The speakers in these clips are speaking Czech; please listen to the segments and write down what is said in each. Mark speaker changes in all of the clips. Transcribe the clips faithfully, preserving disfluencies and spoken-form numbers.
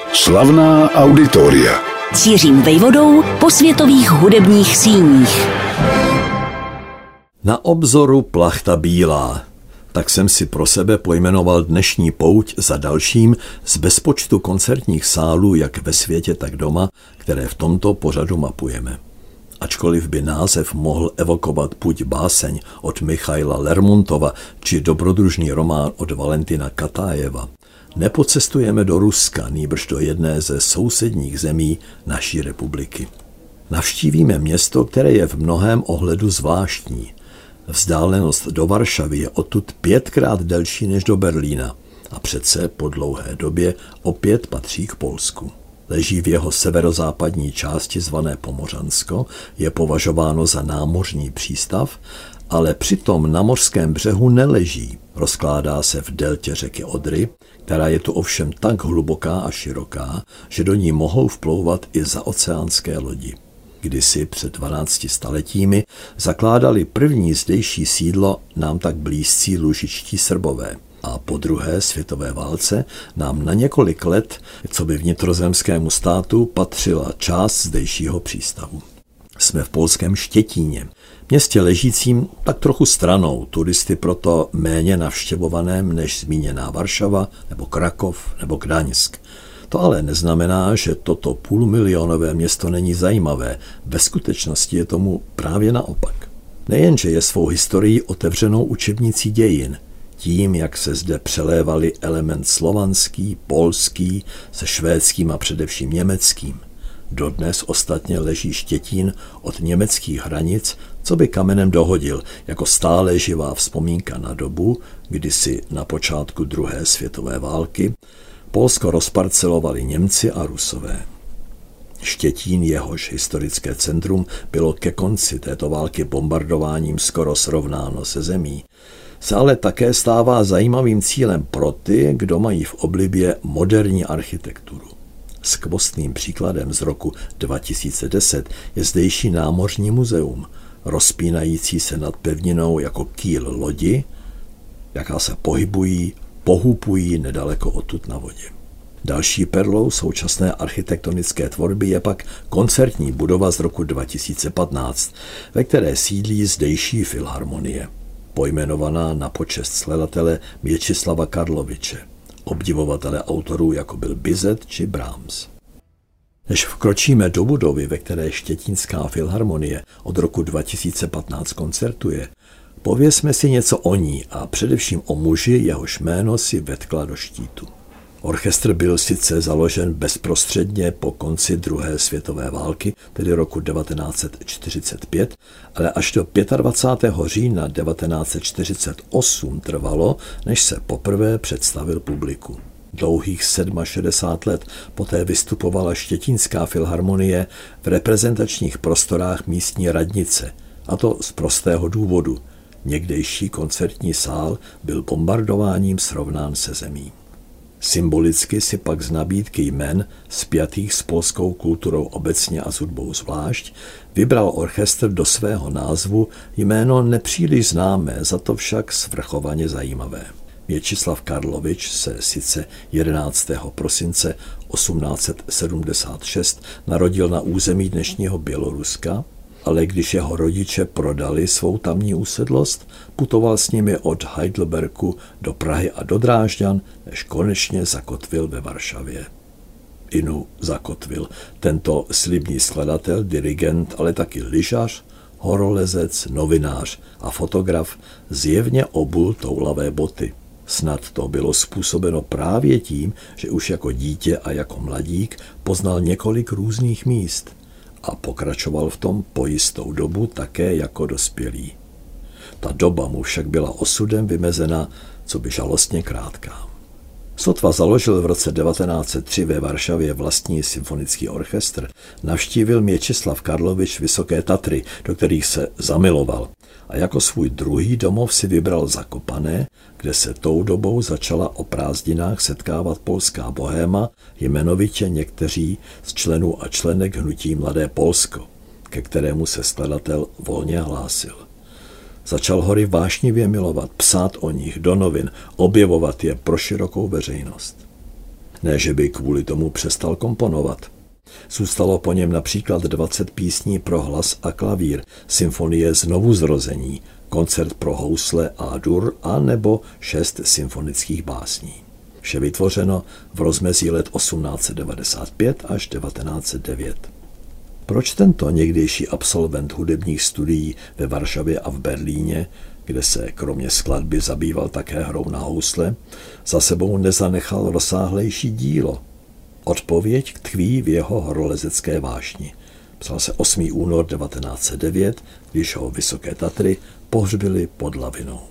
Speaker 1: Slavná auditoria.
Speaker 2: Cířím vejvodou po světových hudebních síních.
Speaker 3: Na obzoru plachta bílá. Tak jsem si pro sebe pojmenoval dnešní pouť za dalším z bezpočtu koncertních sálů, jak ve světě, tak doma, které v tomto pořadu mapujeme. Ačkoliv by název mohl evokovat buď báseň od Michaila Lermontova či dobrodružný román od Valentina Katájeva, nepocestujeme do Ruska, nýbrž do jedné ze sousedních zemí naší republiky. Navštívíme město, které je v mnohém ohledu zvláštní. Vzdálenost do Varšavy je odtud pětkrát delší než do Berlína a přece po dlouhé době opět patří k Polsku. Leží v jeho severozápadní části zvané Pomořansko, je považováno za námořní přístav, ale přitom na mořském břehu neleží. Rozkládá se v deltě řeky Odry, která je tu ovšem tak hluboká a široká, že do ní mohou vplouvat i zaoceánské lodi. Kdysi před dvanácti staletími zakládali první zdejší sídlo nám tak blízcí lužičtí Srbové. A po druhé světové válce nám na několik let, co by vnitrozemskému státu, patřila část zdejšího přístavu. Jsme v polském Štětíně, městě ležícím tak trochu stranou, turisty proto méně navštěvovaném než zmíněná Varšava nebo Krakov nebo Gdaňsk. To ale neznamená, že toto půlmilionové město není zajímavé. Ve skutečnosti je tomu právě naopak. Nejenže je svou historií otevřenou učebnicí dějin, tím, jak se zde přelévali element slovanský, polský, se švédským a především německým. Dodnes ostatně leží Štětín od německých hranic, co by kamenem dohodil, jako stále živá vzpomínka na dobu, kdy si na počátku druhé světové války Polsko rozparcelovali Němci a Rusové. Štětín, jehož historické centrum bylo ke konci této války bombardováním skoro srovnáno se zemí, se ale také stává zajímavým cílem pro ty, kdo mají v oblibě moderní architekturu. Skvostným příkladem z roku dva tisíce deset je zdejší námořní muzeum, rozpínající se nad pevninou jako kýl lodi, jaká se pohybují, pohupují nedaleko odtud na vodě. Další perlou současné architektonické tvorby je pak koncertní budova z roku dva tisíce patnáct, ve které sídlí zdejší filharmonie, pojmenovaná na počest skladatele Měčislava Karloviče, obdivovatele autorů jako byl Bizet či Brahms. Než vkročíme do budovy, ve které Štětínská filharmonie od roku dva tisíce patnáct koncertuje, pověsme si něco o ní a především o muži, jehož jméno si vetkla do štítu. Orchestr byl sice založen bezprostředně po konci druhé světové války, tedy roku devatenáct set čtyřicet pět, ale až do dvacátého pátého října devatenáct set čtyřicet osm trvalo, než se poprvé představil publiku. Dlouhých šedesát sedm let poté vystupovala Štětínská filharmonie v reprezentačních prostorách místní radnice, a to z prostého důvodu. Někdejší koncertní sál byl bombardováním srovnán se zemí. Symbolicky si pak z nabídky jmen spjatých s polskou kulturou obecně a s hudbou zvlášť vybral orchestr do svého názvu jméno nepříliš známé, za to však svrchovaně zajímavé. Měčislav Karlovič se sice jedenáctého prosince osmnáct set sedmdesát šest narodil na území dnešního Běloruska, ale když jeho rodiče prodali svou tamní usedlost, putoval s nimi od Heidelbergu do Prahy a do Drážďan, než konečně zakotvil ve Varšavě. Inu zakotvil tento slibný skladatel, dirigent, ale taky lyžař, horolezec, novinář a fotograf zjevně obul toulavé boty. Snad to bylo způsobeno právě tím, že už jako dítě a jako mladík poznal několik různých míst a pokračoval v tom po jistou dobu také jako dospělý. Ta doba mu však byla osudem vymezena, co by žalostně krátká. Sotva založil v roce devatenáct set tři ve Varšavě vlastní symfonický orchestr, navštívil Měčislav Karlovič Vysoké Tatry, do kterých se zamiloval, a jako svůj druhý domov si vybral Zakopané, kde se tou dobou začala o prázdninách setkávat polská bohéma, jmenovitě někteří z členů a členek hnutí Mladé Polsko, ke kterému se skladatel volně hlásil. Začal hory vášnivě milovat, psát o nich do novin, objevovat je pro širokou veřejnost. Ne, že by kvůli tomu přestal komponovat. Zůstalo po něm například dvacet písní pro hlas a klavír, symfonie Znovuzrození, koncert pro housle A-dur a nebo šest symfonických básní. Vše vytvořeno v rozmezí let osmnáct set devadesát pět až devatenáct set devět. Proč tento někdejší absolvent hudebních studií ve Varšavě a v Berlíně, kde se kromě skladby zabýval také hrou na housle, za sebou nezanechal rozsáhlejší dílo? Odpověď tkví v jeho horolezecké vášni. Psal se osmého února devatenáct set devět, když ho Vysoké Tatry pohřbily pod lavinou.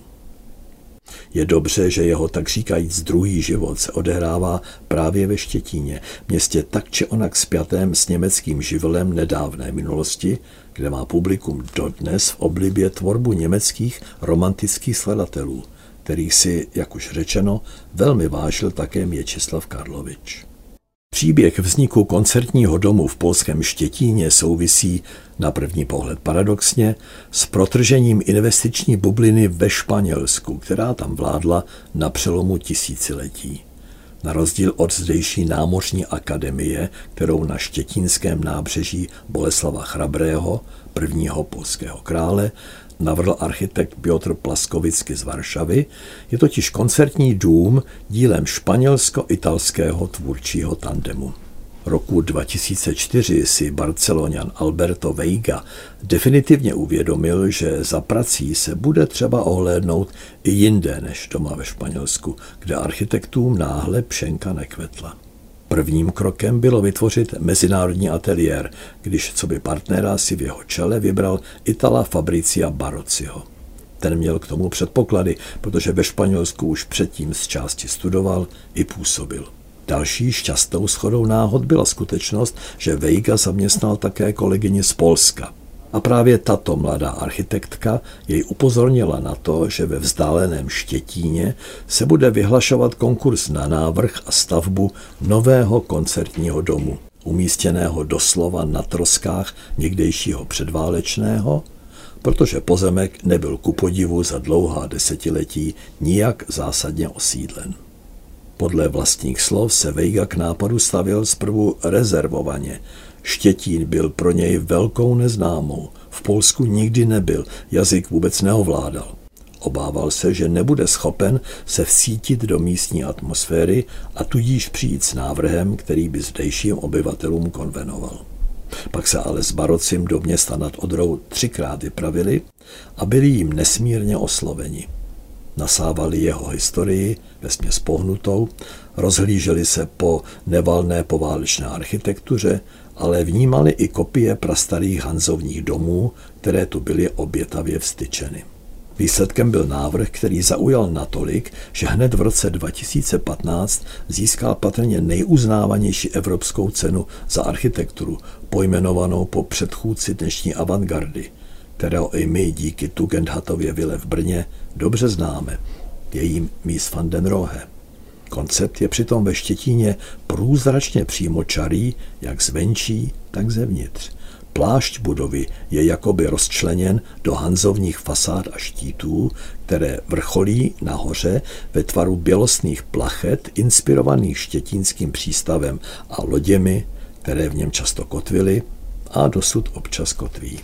Speaker 3: Je dobře, že jeho tak říkajíc druhý život se odehrává právě ve Štětíně, městě tak či onak spjatém s německým živlem nedávné minulosti, kde má publikum dodnes v oblibě tvorbu německých romantických skladatelů, kterých si, jak už řečeno, velmi vážil také Měčislav Karlovič. Příběh vzniku koncertního domu v polském Štětíně souvisí, na první pohled paradoxně, s protržením investiční bubliny ve Španělsku, která tam vládla na přelomu tisíciletí. Na rozdíl od zdejší námořní akademie, kterou na štětínském nábřeží Boleslava Chrabrého, prvního polského krále, navrhl architekt Piotr Plaskovicky z Varšavy, je totiž koncertní dům dílem španělsko-italského tvůrčího tandemu. Roku dva tisíce čtyři si Barceloňan Alberto Veiga definitivně uvědomil, že za prací se bude třeba ohlédnout i jinde než doma ve Španělsku, kde architektům náhle pšenka nekvetla. Prvním krokem bylo vytvořit mezinárodní ateliér, když coby partnera si v jeho čele vybral Itala Fabricia Barocciho. Ten měl k tomu předpoklady, protože ve Španělsku už předtím z části studoval i působil. Další šťastnou shodou náhod byla skutečnost, že Veiga zaměstnal také kolegyni z Polska. A právě tato mladá architektka jej upozornila na to, že ve vzdáleném Štětíně se bude vyhlašovat konkurs na návrh a stavbu nového koncertního domu, umístěného doslova na troskách někdejšího předválečného, protože pozemek nebyl ku podivu za dlouhá desetiletí nijak zásadně osídlen. Podle vlastních slov se Veiga k nápadu stavěl zprvu rezervovaně. Štětín byl pro něj velkou neznámou. V Polsku nikdy nebyl, jazyk vůbec neovládal. Obával se, že nebude schopen se vcítit do místní atmosféry a tudíž přijít s návrhem, který by zdejším obyvatelům konvenoval. Pak se ale s Baroccim do města nad Odrou třikrát vypravili a byli jim nesmírně osloveni. Nasávali jeho historii, vesměs pohnutou, rozhlíželi se po nevalné poválečné architektuře, ale vnímali i kopie prastarých hanzovních domů, které tu byly obětavě vztyčeny. Výsledkem byl návrh, který zaujal natolik, že hned v roce dva tisíce patnáct získal patrně nejuznávanější evropskou cenu za architekturu, pojmenovanou po předchůdci dnešní avantgardy, kterého i my díky Tugendhatově vile v Brně dobře známe, jejím Mies van den Rohe. Koncept je přitom ve Štětíně průzračně přímočarý, jak zvenčí, tak zevnitř. Plášť budovy je jakoby rozčleněn do hanzovních fasád a štítů, které vrcholí nahoře ve tvaru bělostných plachet inspirovaných štětínským přístavem a loděmi, které v něm často kotvily a dosud občas kotví.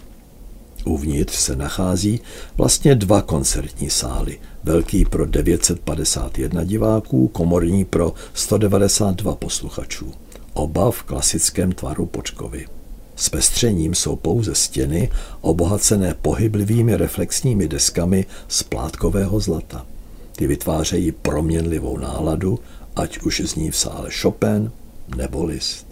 Speaker 3: Uvnitř se nachází vlastně dva koncertní sály, velký pro devět set padesát jedna diváků, komorní pro sto devadesát dva posluchačů, oba v klasickém tvaru počkovy. Zpestřením jsou pouze stěny, obohacené pohyblivými reflexními deskami z plátkového zlata. Ty vytvářejí proměnlivou náladu, ať už zní v sále Chopin nebo Liszt.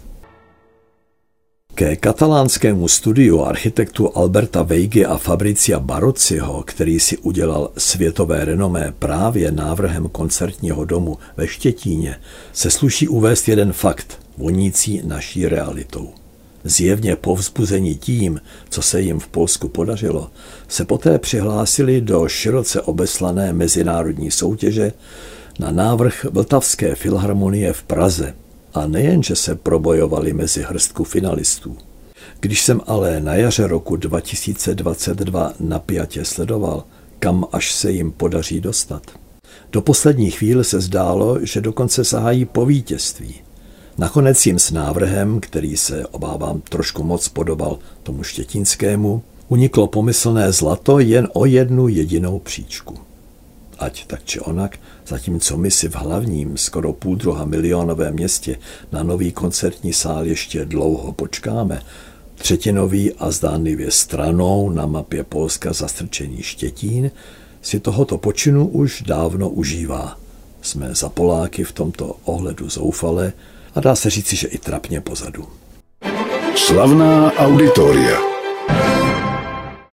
Speaker 3: Ke katalánskému studiu architektu Alberta Veigy a Fabricia Barocciho, který si udělal světové renomé právě návrhem koncertního domu ve Štětíně, se sluší uvést jeden fakt, vonící naší realitou. Zjevně povzbuzení tím, co se jim v Polsku podařilo, se poté přihlásili do široce obeslané mezinárodní soutěže na návrh Vltavské filharmonie v Praze. A nejenže se probojovali mezi hrstku finalistů. Když jsem ale na jaře roku dva tisíce dvacet dva napjatě sledoval, kam až se jim podaří dostat, Do poslední chvíle se zdálo, že dokonce sahají po vítězství. Nakonec jim s návrhem, který se, obávám, trošku moc podobal tomu štětínskému, uniklo pomyslné zlato jen o jednu jedinou příčku. Ať tak či onak, zatímco my si v hlavním, skoro půl druha milionovém městě na nový koncertní sál ještě dlouho počkáme, třetinový a zdánlivě stranou na mapě Polska zastrčený Štětín si tohoto počinu už dávno užívá. Jsme za Poláky v tomto ohledu zoufale a dá se říci, že i trapně pozadu.
Speaker 1: Slavná auditoria.